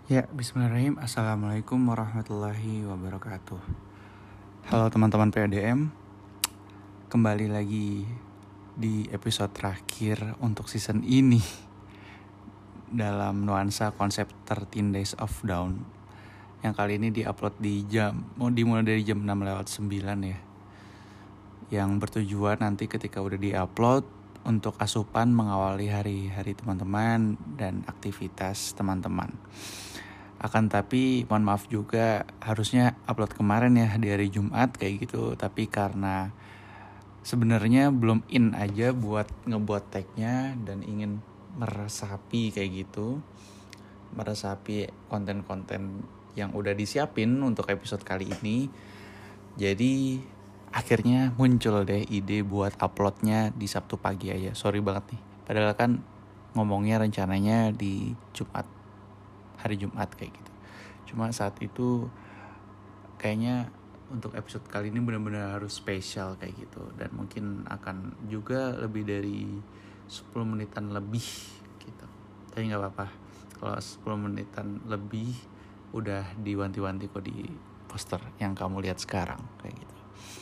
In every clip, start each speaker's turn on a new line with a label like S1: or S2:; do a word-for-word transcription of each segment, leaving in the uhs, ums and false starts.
S1: Ya, bismillahirrahmanirrahim. Assalamualaikum warahmatullahi wabarakatuh. Halo teman-teman P A D M. Kembali lagi di episode terakhir untuk season ini dalam nuansa konsep thirteen Days of Down. Yang kali ini diupload di jam mau dimulai dari jam enam lewat sembilan ya. Yang bertujuan nanti ketika udah diupload untuk asupan mengawali hari-hari teman-teman dan aktivitas teman-teman. Akan tapi mohon maaf juga, harusnya upload kemarin ya di hari Jumat kayak gitu, tapi karena sebenarnya belum in aja buat ngebuat tag-nya dan ingin meresapi kayak gitu, meresapi konten-konten yang udah disiapin untuk episode kali ini. Jadi akhirnya muncul deh ide buat uploadnya di Sabtu pagi aja. Sorry banget nih, padahal kan ngomongnya rencananya di Jumat, hari Jumat kayak gitu. Cuma saat itu kayaknya untuk episode kali ini benar-benar harus spesial kayak gitu, dan mungkin akan juga lebih dari sepuluh menitan lebih gitu. Tapi nggak apa-apa kalau sepuluh menitan lebih, udah diwanti-wanti kok di poster yang kamu lihat sekarang kayak gitu.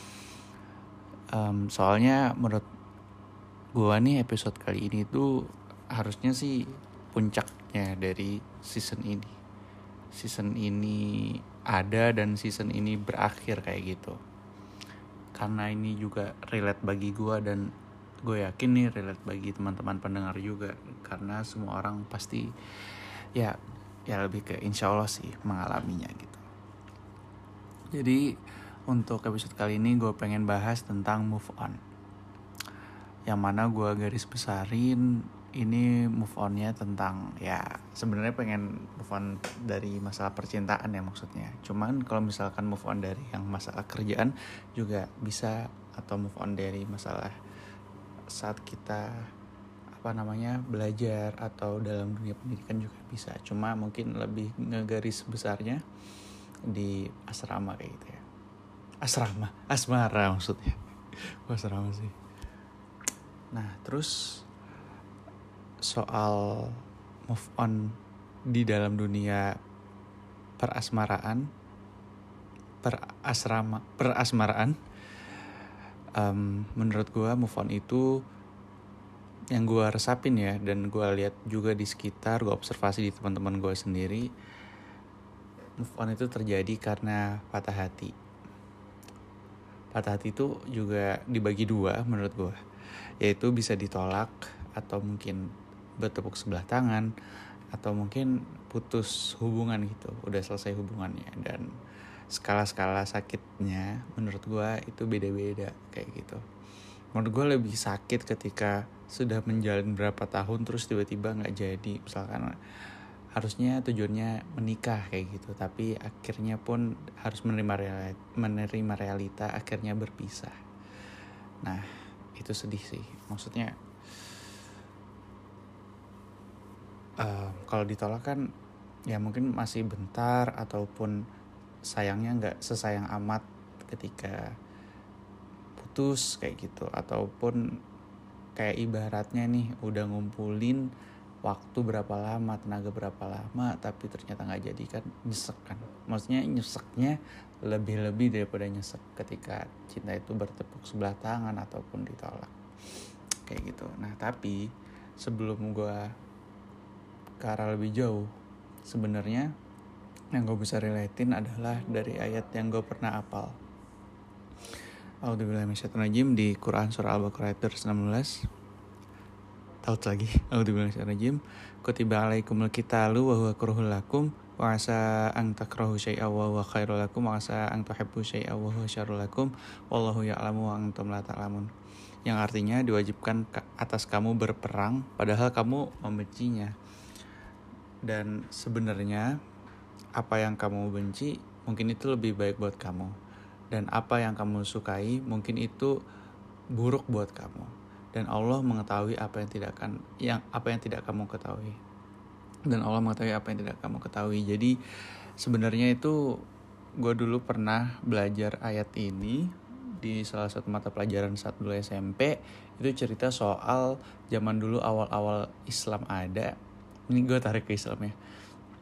S1: Um, soalnya menurut gua nih episode kali ini tuh harusnya sih puncaknya dari season ini. Season ini ada dan season ini berakhir kayak gitu. Karena ini juga relate bagi gue, dan gue yakin nih relate bagi teman-teman pendengar juga. Karena semua orang pasti ya ya lebih ke insya Allah sih mengalaminya gitu. Jadi untuk episode kali ini gue pengen bahas tentang move on. Yang mana gue garis besarin ini move onnya tentang ya sebenarnya pengen move on dari masalah percintaan ya maksudnya. Cuman kalau misalkan move on dari yang masalah kerjaan juga bisa, atau move on dari masalah saat kita apa namanya belajar atau dalam dunia pendidikan juga bisa. Cuma mungkin lebih ngegaris besarnya di asrama kayak gitu ya. Asrama, asmara maksudnya. Asrama sih. Nah, terus soal move on di dalam dunia perasmaraan, perasrama, perasmaraan, um, menurut gue move on itu yang gue resapin ya, dan gue lihat juga di sekitar, gue observasi di teman-teman gue sendiri, move on itu terjadi karena patah hati. Patah hati itu juga dibagi dua menurut gue, yaitu bisa ditolak atau mungkin bertepuk sebelah tangan, atau mungkin putus hubungan gitu, udah selesai hubungannya. Dan skala-skala sakitnya menurut gue itu beda-beda kayak gitu. Menurut gue lebih sakit ketika sudah menjalin berapa tahun terus tiba-tiba gak jadi. Misalkan harusnya tujuannya menikah kayak gitu, tapi akhirnya pun harus menerima realita, menerima realita akhirnya berpisah. Nah itu sedih sih, maksudnya Uh, kalau ditolak kan ya mungkin masih bentar, ataupun sayangnya nggak sesayang amat ketika putus kayak gitu, ataupun kayak ibaratnya nih udah ngumpulin waktu berapa lama, tenaga berapa lama, tapi ternyata nggak jadi kan, nyesek kan. Maksudnya nyeseknya lebih-lebih daripada nyesek ketika cinta itu bertepuk sebelah tangan ataupun ditolak kayak gitu. Nah tapi sebelum gue ke arah lebih jauh, sebenarnya yang gue bisa relatein adalah dari ayat yang gue pernah hafal. A'udzubillahi minasyaitonir di Quran surah Al-Baqarah ayat enam belas. Taut lagi. A'udzubillahi minasyaitonir. Kutiba alaikumul qitalu wa huwa kurhul lakum wa asa an takrahu syai'an wa huwa khairul lakum wa asa an tuhibbu syai'an wa huwa syarrul lakum wallahu ya'lamu wa antum la ta'lamun. Yang artinya diwajibkan atas kamu berperang padahal kamu membencinya. Dan sebenarnya apa yang kamu benci mungkin itu lebih baik buat kamu, dan apa yang kamu sukai mungkin itu buruk buat kamu. Dan Allah mengetahui apa yang tidak akan yang apa yang tidak kamu ketahui. Dan Allah mengetahui apa yang tidak kamu ketahui. Jadi sebenarnya itu gue dulu pernah belajar ayat ini di salah satu mata pelajaran saat dulu S M P. Itu cerita soal zaman dulu awal-awal Islam ada. Ini gue tarik ke Islam ya.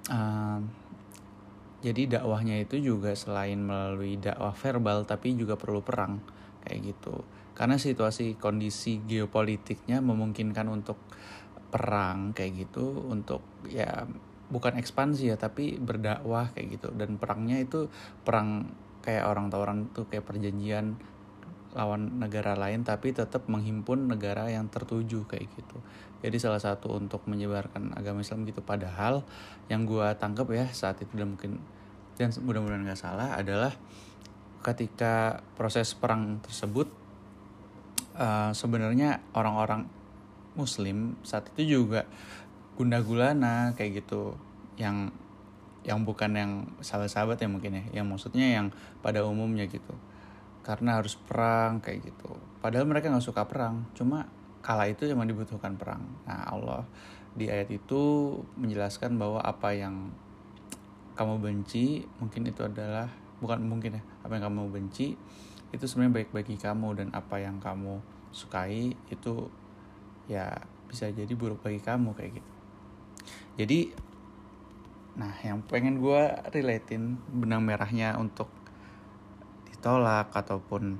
S1: uh, jadi dakwahnya itu juga selain melalui dakwah verbal tapi juga perlu perang kayak gitu. Karena situasi kondisi geopolitiknya memungkinkan untuk perang kayak gitu, untuk ya bukan ekspansi ya tapi berdakwah kayak gitu. Dan perangnya itu perang kayak orang tawaran tuh kayak perjanjian lawan negara lain tapi tetap menghimpun negara yang tertuju kayak gitu. Jadi salah satu untuk menyebarkan agama Islam gitu. Padahal yang gue tangkap ya saat itu, dan mungkin dan mudah-mudahan nggak salah, adalah ketika proses perang tersebut uh, sebenarnya orang-orang Muslim saat itu juga gundah gulana kayak gitu, yang yang bukan yang sahabat-sahabat ya mungkin ya, yang maksudnya yang pada umumnya gitu, karena harus perang kayak gitu. Padahal mereka nggak suka perang, cuma kala itu memang dibutuhkan perang. Nah Allah di ayat itu menjelaskan bahwa apa yang kamu benci mungkin itu adalah bukan mungkin ya apa yang kamu benci itu sebenarnya baik bagi kamu, dan apa yang kamu sukai itu ya bisa jadi buruk bagi kamu kayak gitu. Jadi nah yang pengen gue relatein benang merahnya untuk ditolak ataupun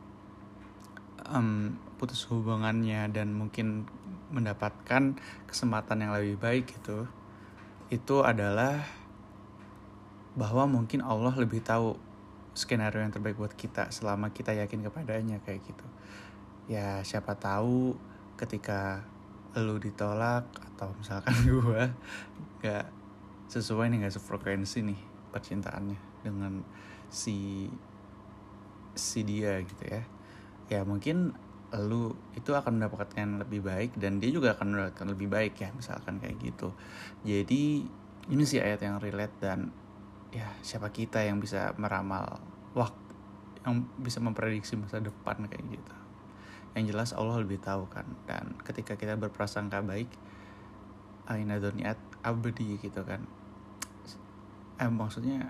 S1: um, putus hubungannya dan mungkin mendapatkan kesempatan yang lebih baik gitu, itu adalah bahwa mungkin Allah lebih tahu skenario yang terbaik buat kita selama kita yakin kepadanya kayak gitu. Ya siapa tahu ketika lu ditolak atau misalkan gue gak sesuai nih, gak sefrekuensi nih percintaannya dengan si si dia gitu ya, ya mungkin lu itu akan mendapatkan yang lebih baik dan dia juga akan mendapatkan lebih baik ya misalkan kayak gitu. Jadi ini sih ayat yang relate, dan ya siapa kita yang bisa meramal waktu, yang bisa memprediksi masa depan kayak gitu. Yang jelas Allah lebih tahu kan. Dan ketika kita berprasangka baik, aina dzanniat abdi gitu kan, eh maksudnya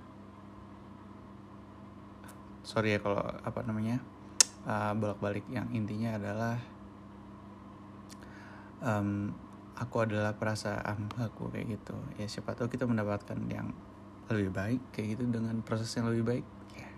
S1: sorry ya kalau apa namanya uh, bolak-balik, yang intinya adalah um, aku adalah perasaan aku kayak gitu. Ya siapa tahu kita mendapatkan yang lebih baik kayak gitu dengan proses yang lebih baik ya,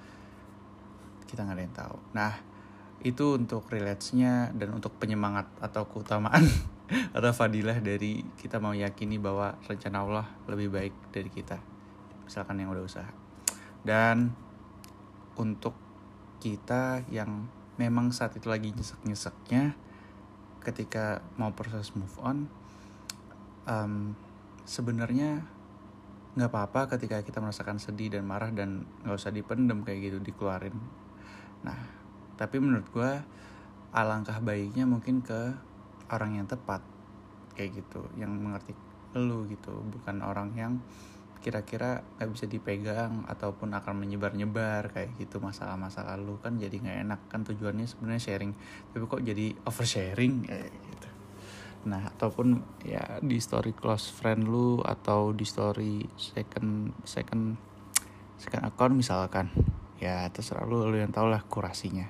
S1: kita nggak ada yang tahu. Nah itu untuk relate-nya dan untuk penyemangat atau keutamaan atau fadilah dari kita mau yakini bahwa rencana Allah lebih baik dari kita misalkan yang udah usaha. Dan untuk kita yang memang saat itu lagi nyesek-nyeseknya ketika mau proses move on, um, sebenarnya nggak apa-apa ketika kita merasakan sedih dan marah, dan nggak usah dipendem kayak gitu, dikeluarin. Nah tapi menurut gue alangkah baiknya mungkin ke orang yang tepat kayak gitu, yang mengerti lu gitu, bukan orang yang kira-kira nggak bisa dipegang ataupun akan menyebar-nyebar kayak gitu masalah-masalah lu, kan jadi nggak enak kan, tujuannya sebenarnya sharing tapi kok jadi oversharing kayak gitu. Nah ataupun ya di story close friend lu atau di story second second second account misalkan, ya terserah lu, lu yang tau lah kurasinya.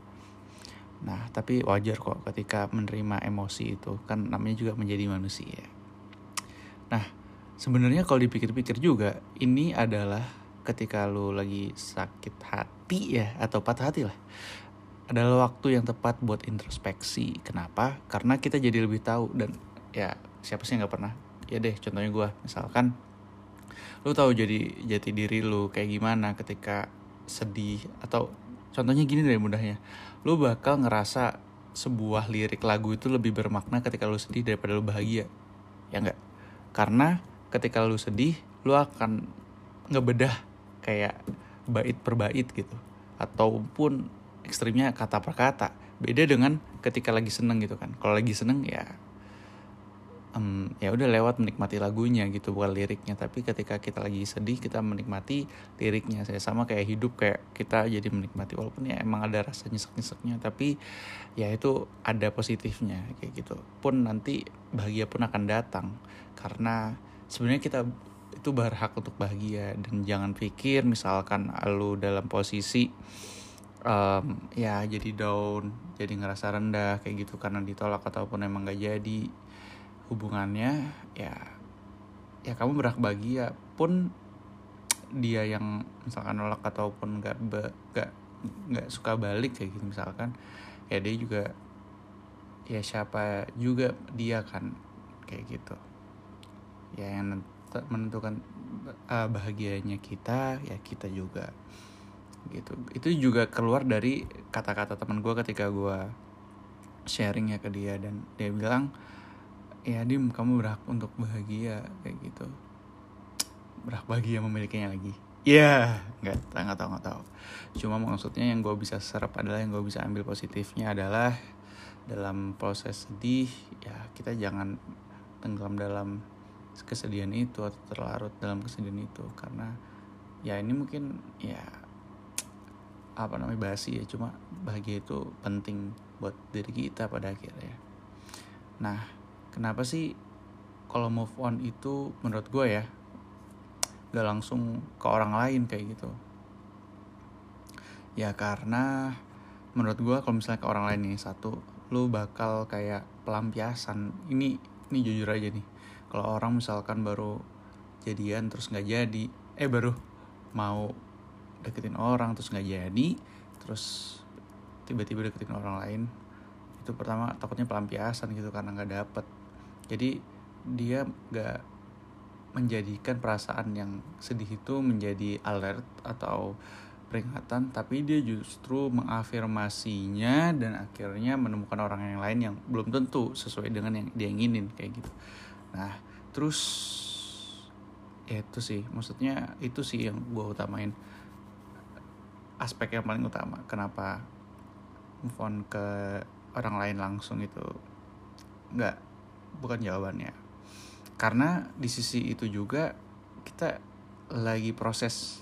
S1: Nah tapi wajar kok ketika menerima emosi itu, kan namanya juga menjadi manusia. Nah sebenarnya kalau dipikir-pikir juga ini adalah ketika lu lagi sakit hati ya, atau patah hati lah, adalah waktu yang tepat buat introspeksi. Kenapa? Karena kita jadi lebih tahu. Dan ya siapa sih yang gak pernah, ya deh contohnya gue misalkan, lu tahu jadi jati diri lu kayak gimana ketika sedih, atau contohnya gini deh mudahnya, lu bakal ngerasa sebuah lirik lagu itu lebih bermakna ketika lu sedih daripada lu bahagia, ya enggak? Karena ketika lu sedih, lu akan ngebedah kayak bait per bait gitu, ataupun ekstrimnya kata per kata. Beda dengan ketika lagi seneng gitu kan. Kalau lagi seneng ya um, ya udah lewat menikmati lagunya gitu, bukan liriknya. Tapi ketika kita lagi sedih, kita menikmati liriknya. Saya sama kayak hidup, kayak kita jadi menikmati walaupun ya emang ada rasa nyesek-nyeseknya, tapi ya itu ada positifnya kayak gitu. Pun nanti bahagia pun akan datang, karena sebenarnya kita itu berhak untuk bahagia. Dan jangan pikir misalkan lu dalam posisi um, ya jadi down, jadi ngerasa rendah kayak gitu karena ditolak ataupun emang gak jadi hubungannya, ya ya kamu berhak bahagia. Pun dia yang misalkan nolak ataupun nggak nggak nggak suka balik kayak gitu misalkan, ya dia juga, ya siapa juga dia kan kayak gitu. Ya yang menentukan uh, bahagianya kita, ya kita juga gitu. Itu juga keluar dari kata-kata teman gue ketika gue sharing ya ke dia, dan dia bilang, ya Dim, kamu berhak untuk bahagia kayak gitu. Berhak bahagia memilikinya lagi. Ya, yeah, nggak nggak tahu nggak tahu. Cuma maksudnya yang gue bisa serap adalah, yang gue bisa ambil positifnya adalah dalam proses sedih, ya kita jangan tenggelam dalam kesedihan itu atau terlarut dalam kesedihan itu, karena ya ini mungkin ya apa namanya basi ya, cuma bahagia itu penting buat diri kita pada akhirnya. Nah, kenapa sih kalau move on itu menurut gue ya gak langsung ke orang lain kayak gitu? Ya karena menurut gue kalau misalnya ke orang lain nih, satu, lu bakal kayak pelampiasan. Ini ini jujur aja nih, kalau orang misalkan baru jadian terus nggak jadi, eh baru mau deketin orang terus nggak jadi, terus tiba-tiba deketin orang lain, itu pertama takutnya pelampiasan gitu karena nggak dapet. Jadi dia nggak menjadikan perasaan yang sedih itu menjadi alert atau peringatan, tapi dia justru mengafirmasinya dan akhirnya menemukan orang yang lain yang belum tentu sesuai dengan yang dia inginin kayak gitu. Nah terus ya itu sih, maksudnya itu sih yang gue utamain, aspek yang paling utama kenapa move on ke orang lain langsung itu nggak, bukan jawabannya. Karena di sisi itu juga kita lagi proses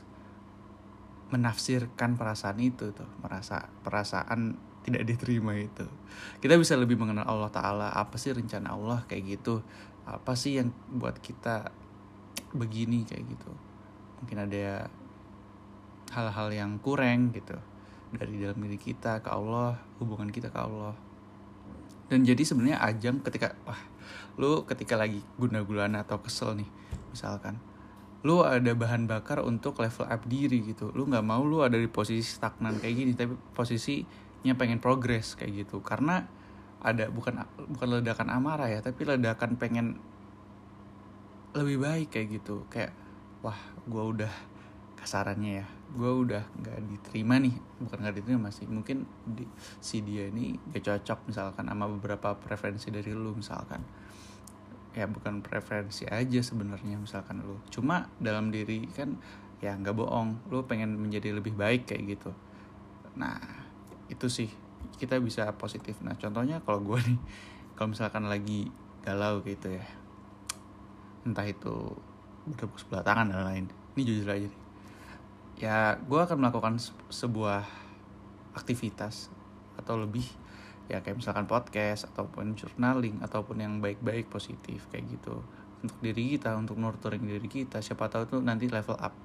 S1: menafsirkan perasaan itu tuh, merasa perasaan tidak diterima itu. Kita bisa lebih mengenal Allah Ta'ala, apa sih rencana Allah kayak gitu, apa sih yang buat kita begini kayak gitu. Mungkin ada hal-hal yang kurang gitu dari dalam diri kita ke Allah, hubungan kita ke Allah. Dan jadi sebenarnya ajang ketika wah lu ketika lagi guna-gulana atau kesel nih misalkan, lu ada bahan bakar untuk level up diri gitu. Lu nggak mau lu ada di posisi stagnan kayak gini, tapi posisinya pengen progress kayak gitu. Karena ada bukan bukan ledakan amarah ya, tapi ledakan pengen lebih baik kayak gitu. Kayak wah gue udah, kasarannya ya, gue udah nggak diterima nih, bukan nggak diterima sih, mungkin di, si dia ini gak cocok misalkan sama beberapa preferensi dari lu misalkan. Ya bukan preferensi aja sebenarnya misalkan lu, cuma dalam diri kan ya nggak bohong, lu pengen menjadi lebih baik kayak gitu. Nah itu sih kita bisa positif. Nah contohnya kalau gue nih, kalau misalkan lagi galau gitu ya, entah itu bertepuk sebelah tangan dan lain, ini jujur aja nih, ya gue akan melakukan sebuah aktivitas atau lebih, ya kayak misalkan podcast ataupun journaling ataupun yang baik-baik positif kayak gitu untuk diri kita, untuk nurturing diri kita. Siapa tahu tuh nanti level up.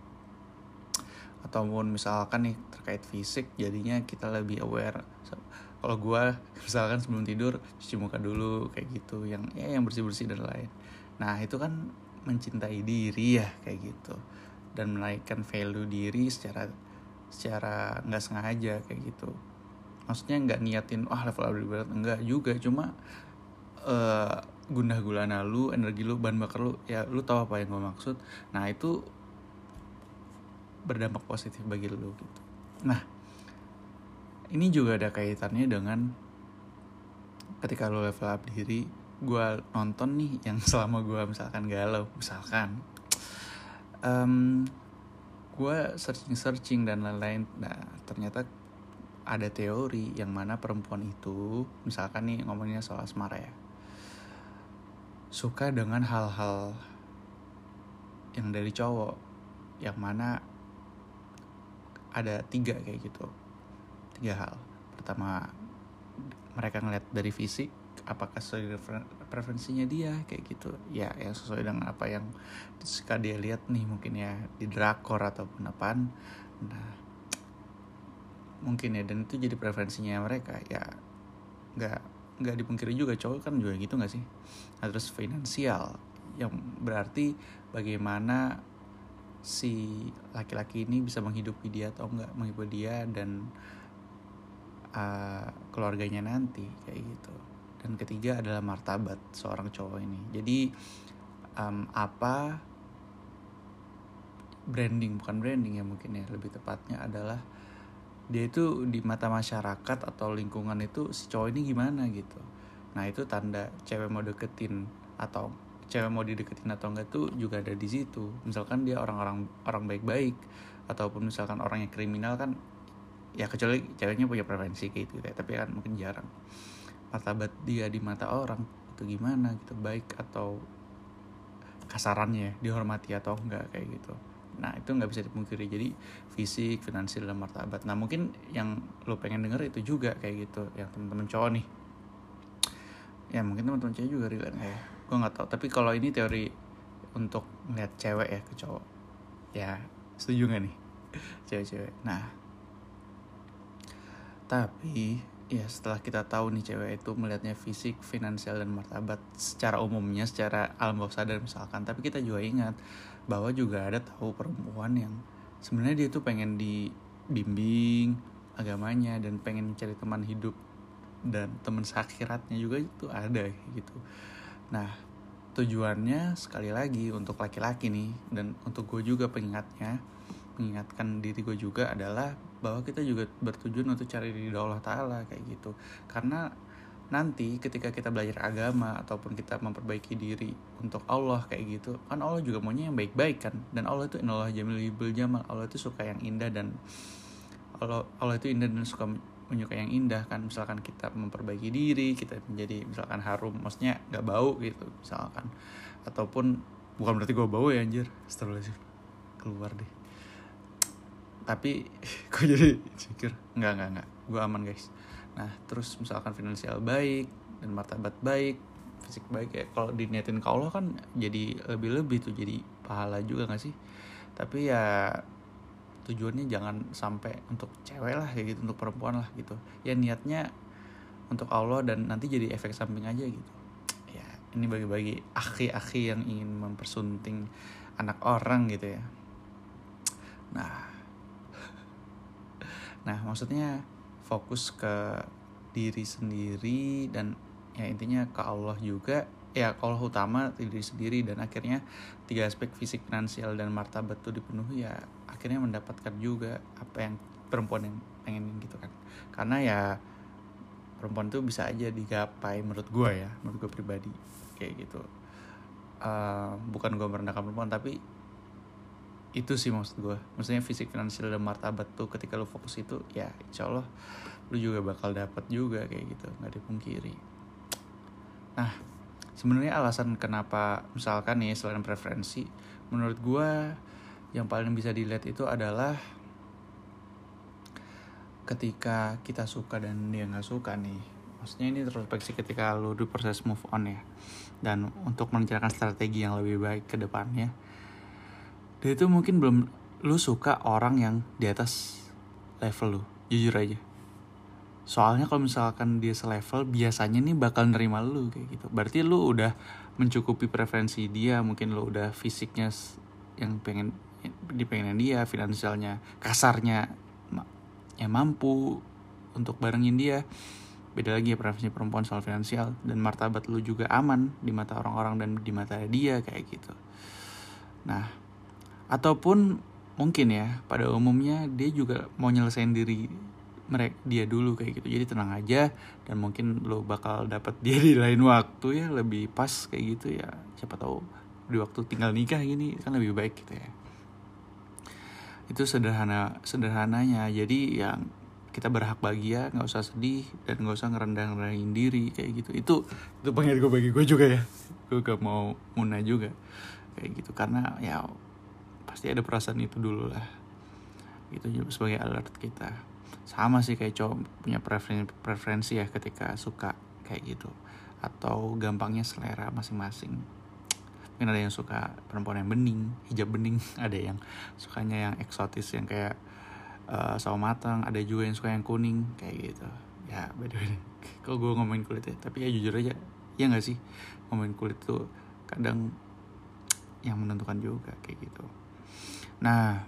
S1: Ataupun misalkan nih terkait fisik, jadinya kita lebih aware. Kalau gue misalkan sebelum tidur cuci muka dulu kayak gitu, yang ya yang bersih-bersih dan lain. Nah itu kan mencintai diri ya kayak gitu, dan menaikkan value diri secara secara nggak sengaja kayak gitu. Maksudnya nggak niatin wah level up berat, enggak juga, cuma uh, gundah gulana lu, energi lu, bahan bakar lu, ya lu tahu apa yang gue maksud. Nah itu berdampak positif bagi lu gitu. Nah ini juga ada kaitannya dengan ketika lu level up diri. Gue nonton nih yang selama gue misalkan galau, misalkan um, gue searching-searching dan lain-lain. Nah ternyata ada teori yang mana perempuan itu, misalkan nih ngomongnya soal asmara ya, suka dengan hal-hal yang dari cowok, yang mana ada tiga kayak gitu, tiga hal. Pertama, mereka ngeliat dari fisik, apakah sesuai preferensinya dia kayak gitu, ya yang sesuai dengan apa yang suka dia lihat nih, mungkin ya di drakor ataupun apaan. Nah mungkin ya, dan itu jadi preferensinya mereka ya, nggak nggak dipungkiri juga cowok kan juga gitu nggak sih. Nah terus finansial, yang berarti bagaimana si laki-laki ini bisa menghidupi dia atau enggak menghidupi dia dan uh, keluarganya nanti kayak gitu. Dan ketiga adalah martabat seorang cowok ini. Jadi um, apa branding, bukan branding ya mungkin ya, lebih tepatnya adalah dia itu di mata masyarakat atau lingkungan itu si cowok ini gimana gitu. Nah itu tanda cewek mau deketin atau cewek mau dideketin atau enggak tuh juga ada di situ. Misalkan dia orang-orang orang baik-baik ataupun misalkan orang yang kriminal kan, ya kecuali ceweknya punya preferensi kayak gitu ya, tapi kan mungkin jarang. Martabat dia di mata orang itu gimana gitu, baik atau kasarannya dihormati atau enggak kayak gitu. Nah itu nggak bisa dipungkiri. Jadi fisik, finansial, dan martabat. Nah mungkin yang lo pengen denger itu juga kayak gitu, yang teman-teman cowok nih. Ya mungkin teman-teman cewek juga relate ya, gue nggak tahu. Tapi kalau ini teori untuk ngeliat cewek ya ke cowok, ya setuju nggak nih cewek-cewek? Nah tapi ya setelah kita tahu nih cewek itu melihatnya fisik, finansial, dan martabat secara umumnya, secara alam bawah sadar misalkan, tapi kita juga ingat bahwa juga ada tahu perempuan yang sebenarnya dia tuh pengen dibimbing agamanya dan pengen mencari teman hidup dan teman seakhiratnya juga itu ada gitu. Nah tujuannya sekali lagi untuk laki-laki nih, dan untuk gue juga pengingatnya, mengingatkan diri gue juga adalah bahwa kita juga bertujuan untuk cari ridho Allah Ta'ala kayak gitu. Karena nanti ketika kita belajar agama ataupun kita memperbaiki diri untuk Allah kayak gitu, kan Allah juga maunya yang baik-baik kan. Dan Allah itu innallaha jamilun yuhibbul jamal, Allah itu suka yang indah, dan Allah Allah itu indah dan suka menyukai yang indah kan. Misalkan kita memperbaiki diri, kita menjadi misalkan harum, maksudnya nggak bau gitu misalkan, ataupun bukan berarti gue bau ya anjir, astagfirullahaladzim, keluar deh. Tapi gue jadi insecure. Nggak nggak nggak gue aman guys. Nah terus misalkan finansial baik dan martabat baik, fisik baik, ya kalau diniatin ke Allah kan jadi lebih-lebih tuh, jadi pahala juga gak sih? Tapi ya tujuannya jangan sampai untuk cewek lah kayak gitu, untuk perempuan lah gitu. Ya niatnya untuk Allah dan nanti jadi efek samping aja gitu. Ya ini bagi-bagi akhi-akhi yang ingin mempersunting anak orang gitu ya. Nah Nah maksudnya fokus ke diri sendiri dan ya intinya ke Allah juga. Ya Allah utama diri sendiri, dan akhirnya tiga aspek fisik, finansial, dan martabat itu dipenuhi, ya akhirnya mendapatkan juga apa yang perempuan yang pengen gitu kan. Karena ya perempuan itu bisa aja digapai menurut gue ya, menurut gue pribadi kayak gitu. Uh, bukan gue merendahkan perempuan, tapi itu sih maksud gue. Maksudnya fisik, finansial, dan martabat tuh ketika lu fokus itu, ya insya Allah lu juga bakal dapat juga kayak gitu, nggak dipungkiri. Nah sebenarnya alasan kenapa misalkan nih selain preferensi, menurut gue yang paling bisa dilihat itu adalah ketika kita suka dan dia nggak suka nih. Maksudnya ini introspeksi ketika lu di proses move on ya, dan untuk merencanakan strategi yang lebih baik ke depannya. Dia itu mungkin belum, lu suka orang yang di atas level lu, jujur aja. Soalnya kalau misalkan dia selevel, biasanya nih bakal nerima lu kayak gitu. Berarti lu udah mencukupi preferensi dia, mungkin lu udah fisiknya yang pengen dipengenin dia, finansialnya, kasarnya ya mampu untuk barengin dia. Beda lagi ya preferensi perempuan soal finansial, dan martabat lu juga aman di mata orang-orang dan di mata dia kayak gitu. Nah ataupun mungkin ya pada umumnya dia juga mau nyelesain diri mereka dia dulu kayak gitu. Jadi tenang aja, dan mungkin lo bakal dapat dia di lain waktu ya, lebih pas kayak gitu ya. Siapa tahu di waktu tinggal nikah gini kan lebih baik gitu ya. Itu sederhana sederhananya. Jadi yang kita berhak bahagia, nggak usah sedih dan nggak usah ngerendah-rendahin diri kayak gitu. Itu itu pengen gue bagi gue juga ya. Gue gak mau munah juga kayak gitu, karena ya pasti ada perasaan itu dulu lah. Itu juga sebagai alert kita. Sama sih kayak cowok punya preferensi, preferensi ya ketika suka kayak gitu, atau gampangnya selera masing-masing. Mungkin ada yang suka perempuan yang bening, hijab bening, ada yang sukanya yang eksotis yang kayak uh, sawo matang, ada juga yang suka yang kuning kayak gitu. Ya beda-beda. Kalau gue ngomongin kulit ya, tapi ya jujur aja, ya nggak sih, ngomongin kulit tuh kadang yang menentukan juga kayak gitu. Nah,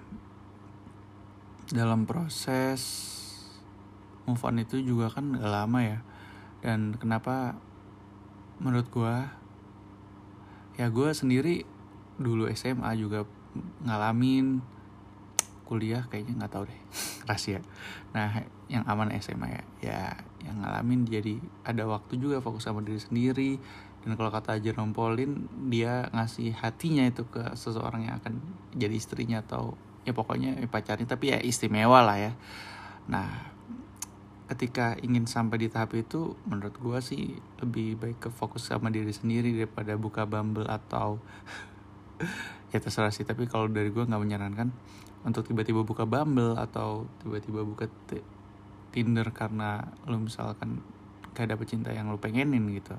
S1: dalam proses move on itu juga kan gak lama ya. Dan kenapa menurut gue, ya gue sendiri dulu S M A juga ngalamin, kuliah kayaknya nggak tahu deh, rahasia. Nah, yang aman S M A ya, ya yang ngalamin jadi ada waktu juga fokus sama diri sendiri. Dan kalau kata Jerome Pauline, dia ngasih hatinya itu ke seseorang yang akan jadi istrinya atau ya pokoknya ya pacarnya, tapi ya istimewa lah ya. Nah, ketika ingin sampai di tahap itu, menurut gue sih lebih baik ke fokus sama diri sendiri daripada buka Bumble atau ya terserah sih. Tapi kalau dari gue nggak menyarankan untuk tiba-tiba buka Bumble atau tiba-tiba buka t- Tinder karena lo misalkan gak dapet cinta yang lo pengenin gitu.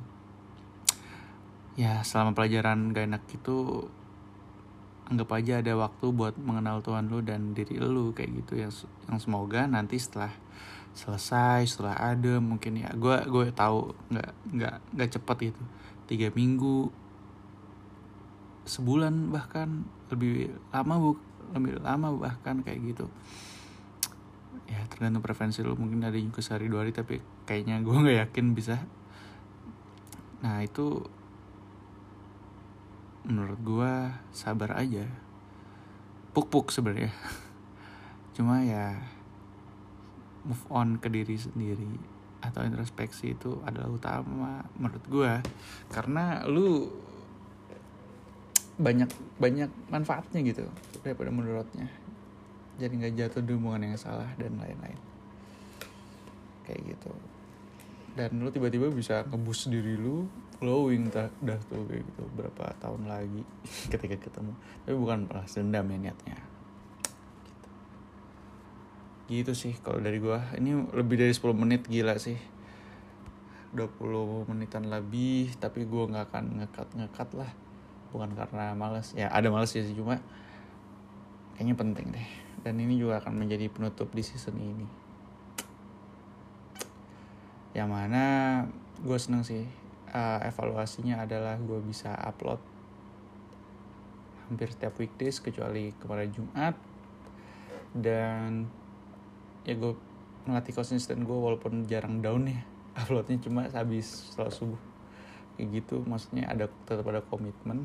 S1: Ya selama pelajaran gak enak itu, anggap aja ada waktu buat mengenal Tuhan lo dan diri lo kayak gitu. Yang yang semoga nanti setelah selesai, setelah ada mungkin ya gue gue tahu nggak nggak nggak cepat gitu, tiga minggu, sebulan bahkan lebih lama bu lebih lama bahkan kayak gitu. Ya tergantung preferensi lo, mungkin ada juga sehari dua hari, tapi kayaknya gue nggak yakin bisa. Nah itu menurut gue sabar aja, puk-puk sebenarnya. Cuma ya move on ke diri sendiri atau introspeksi itu adalah utama menurut gue, karena lu banyak banyak manfaatnya gitu daripada menurutnya. Jadi nggak jatuh di hubungan yang salah dan lain-lain kayak gitu. Dan lu tiba-tiba bisa nge-boost diri lu, glowing dah, dah tuh kayak gitu berapa tahun lagi ketika ketemu. Tapi bukan balas dendam ya niatnya gitu. Gitu sih kalau dari gua. Ini lebih dari sepuluh menit, gila sih, dua puluh menitan lebih. Tapi gua gak akan ngekat-ngekat lah, bukan karena malas. Ya ada malas ya sih, cuma kayaknya penting deh. Dan ini juga akan menjadi penutup di season ini, yang mana gue seneng sih. uh, Evaluasinya adalah gue bisa upload hampir setiap weekdays kecuali kemarin Jumat. Dan ya gue melatih konsisten gue walaupun jarang down ya uploadnya, cuma habis setelah subuh kayak gitu. Maksudnya ada, tetap ada komitmen.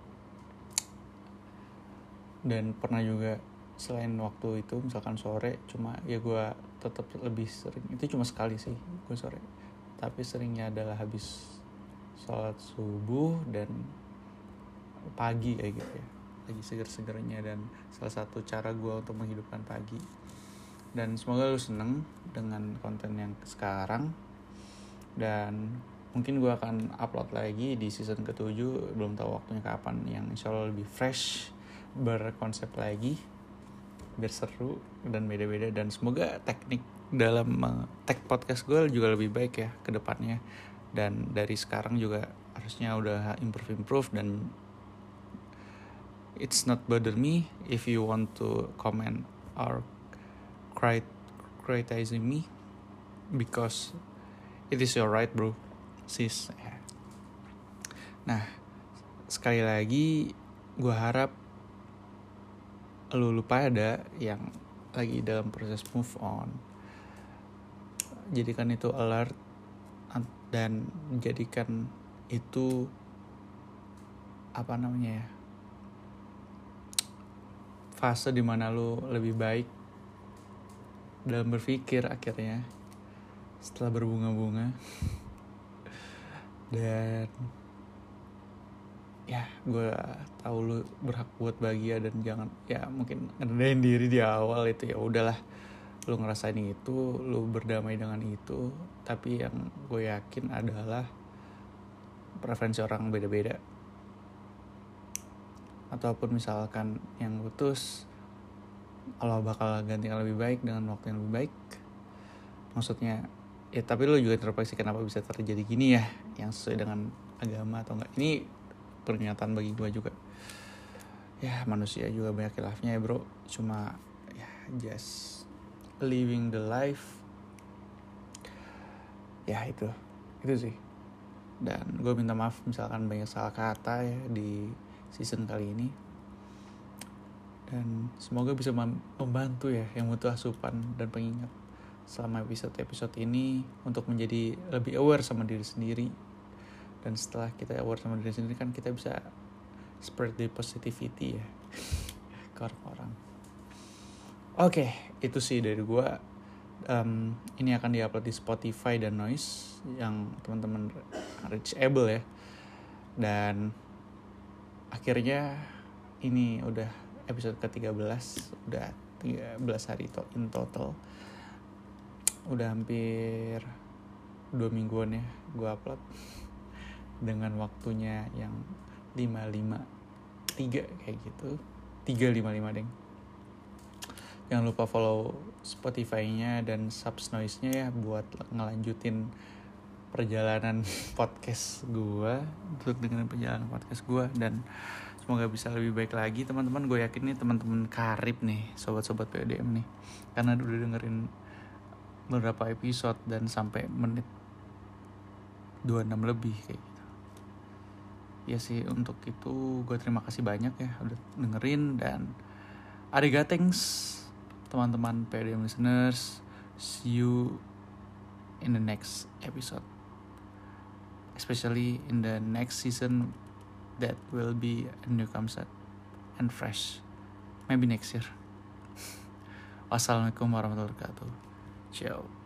S1: Dan pernah juga selain waktu itu misalkan sore, cuma ya gue tetap lebih sering, itu cuma sekali sih gue sore, tapi seringnya adalah habis sholat subuh dan pagi kayak gitu ya, lagi seger-segernya. Dan salah satu cara gue untuk menghidupkan pagi. Dan semoga lu seneng dengan konten yang sekarang. Dan mungkin gue akan upload lagi di season ketujuh, belum tahu waktunya kapan, yang insya Allah lebih fresh, berkonsep lagi, biar seru dan beda-beda. Dan semoga teknik dalam tag podcast gue juga lebih baik ya ke depannya. Dan dari sekarang juga harusnya udah improve-improve. Dan it's not bother me if you want to comment or criticizing me, because it is your right bro, sis. Nah sekali lagi gue harap lu lupa ada yang lagi dalam proses move on, jadikan itu alert dan jadikan itu apa namanya ya, fase dimana lu lebih baik dalam berpikir akhirnya setelah berbunga-bunga. Dan ya gue tahu lu berhak buat bahagia, dan jangan ya mungkin ngerendahin diri di awal itu. Ya udahlah, lu ngerasain itu, lu berdamai dengan itu. Tapi yang gue yakin adalah preferensi orang beda-beda. Ataupun misalkan yang putus, Allah bakal ganti yang lebih baik dengan waktu yang lebih baik. Maksudnya ya, tapi lu juga introspeksi kenapa bisa terjadi gini ya, yang sesuai dengan agama atau enggak. Ini pernyataan bagi gue juga. Ya manusia juga banyak khilafnya ya bro. Cuma ya just living the life. Ya itu Itu sih. Dan gue minta maaf misalkan banyak salah kata ya di season kali ini. Dan semoga bisa membantu ya yang butuh asupan dan pengingat selama episode-episode ini untuk menjadi lebih aware sama diri sendiri. Dan setelah kita aware sama diri sendiri kan kita bisa spread the positivity ya ke orang-orang. Oke, itu sih dari gue. Um, ini akan diupload di Spotify dan Noise yang teman-teman reachable ya. Dan akhirnya ini udah episode ke tiga belas, udah tiga belas hari to- in total. Udah hampir dua mingguan ya gue upload dengan waktunya yang lima lima tiga kayak gitu, tiga lima lima deng. Jangan lupa follow Spotify-nya dan subs noise-nya ya buat ngelanjutin perjalanan podcast gue, untuk dengerin perjalanan podcast gue, dan semoga bisa lebih baik lagi teman-teman. Gue yakin nih teman-teman karib nih, sobat-sobat P D M nih, karena udah dengerin beberapa episode dan sampai menit dua puluh enam lebih kayak gitu. Ya sih, untuk itu gue terima kasih banyak ya udah dengerin, dan arigatengs teman-teman P D M listeners. See you in the next episode, especially in the next season that will be a new concept and fresh, maybe next year. Wassalamualaikum warahmatullahi wabarakatuh. Ciao.